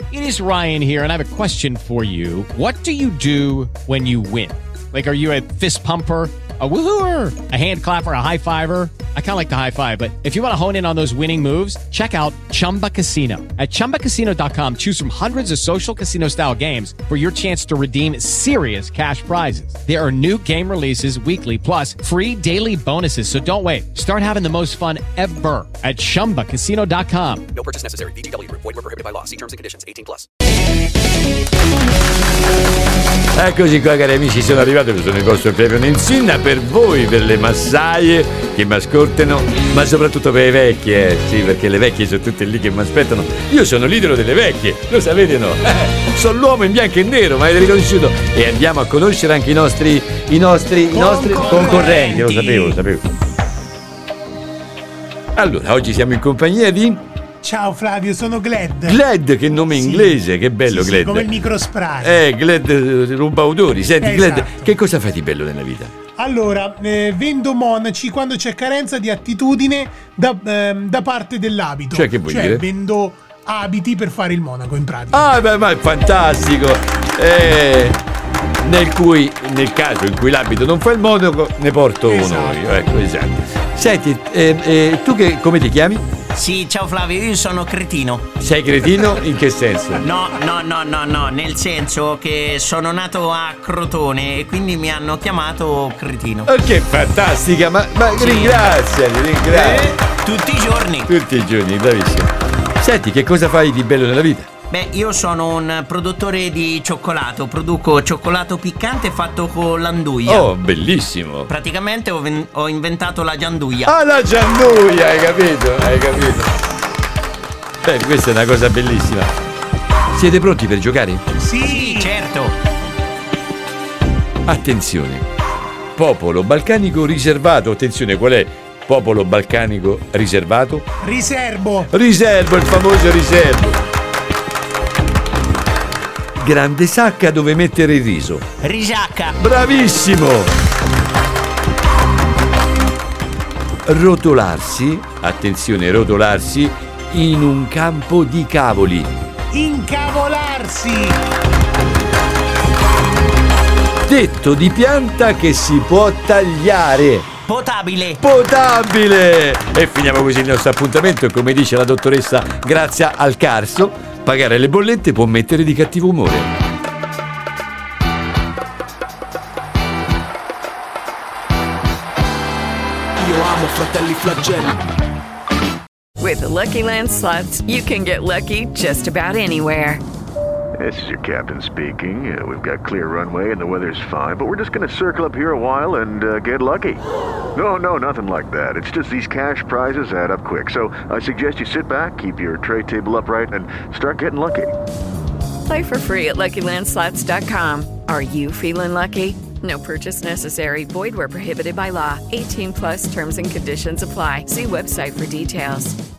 It is Ryan here, and I have a question for you. What do you do when you win? Like, are you a fist pumper, a woohooer, a hand clapper, a high fiver? I kind of like the high five, but if you want to hone in on those winning moves, check out Chumba Casino. At ChumbaCasino.com, choose from hundreds of social casino style games for your chance to redeem serious cash prizes. There are new game releases weekly, plus free daily bonuses. So don't wait. Start having the most fun ever at ChumbaCasino.com. No purchase necessary. VGW Group. Void where prohibited by law. See terms and conditions. 18+. Eccoci qua, cari amici, sono arrivato, sono il vostro Flavio Nenzinna, per voi, per le massaie che mi ascoltano, ma soprattutto per le vecchie, sì, perché le vecchie sono tutte lì che mi aspettano. Io sono l'idolo delle vecchie, lo sapete, no? Sono l'uomo in bianco e nero, ma avete riconosciuto? E andiamo a conoscere anche i nostri concorrenti, lo sapevo. Allora, oggi siamo in compagnia di... Ciao Flavio, sono Gled. Gled, che nome inglese, che bello, sì, Gled. come il microspray. Gled ruba odori. Senti, Esatto. Gled, che cosa fai di bello nella vita? Allora, vendo monaci quando c'è carenza di attitudine da parte dell'abito. Cioè, che vuoi dire? Vendo abiti per fare il monaco, in pratica. Ah, beh, ma è fantastico. Nel caso in cui l'abito non fa il monaco, ne porto Esatto. uno io. Ecco, esatto. Senti, tu come ti chiami? Sì, ciao Flavio, io sono cretino. Sei cretino? In che senso? No, nel senso che sono nato a Crotone e quindi mi hanno chiamato cretino. Oh, che fantastica, ma Sì. ringraziali. Tutti i giorni. Tutti i giorni, bravissimo. Senti, che cosa fai di bello nella vita? Beh, io sono un produttore di cioccolato, produco cioccolato piccante fatto con l'anduia. Oh, bellissimo. Praticamente ho inventato la gianduia. Ah, la gianduia, hai capito? Beh, questa è una cosa bellissima. Siete pronti per giocare? Sì, certo. Attenzione. Popolo balcanico riservato. Attenzione, qual è? Popolo balcanico riservato? Riservo, Il famoso riservo. Grande sacca dove mettere il riso. Risacca. Bravissimo! Rotolarsi, attenzione, rotolarsi in un campo di cavoli. incavolarsi, Detto di pianta che si può tagliare. Potabile. Potabile! E finiamo così il nostro appuntamento e, come dice la dottoressa Grazia Alcarso, pagare le bollette può mettere di cattivo umore. Io amo Fratelli Flagelli. With the Lucky Land Slots, you can get lucky just about anywhere. This is your captain speaking. We've got clear runway and the weather's fine, but we're just going to circle up here a while and get lucky. No, nothing like that. It's just these cash prizes add up quick. So I suggest you sit back, keep your tray table upright, and start getting lucky. Play for free at LuckyLandSlots.com. Are you feeling lucky? No purchase necessary. Void where prohibited by law. 18+ terms and conditions apply. See website for details.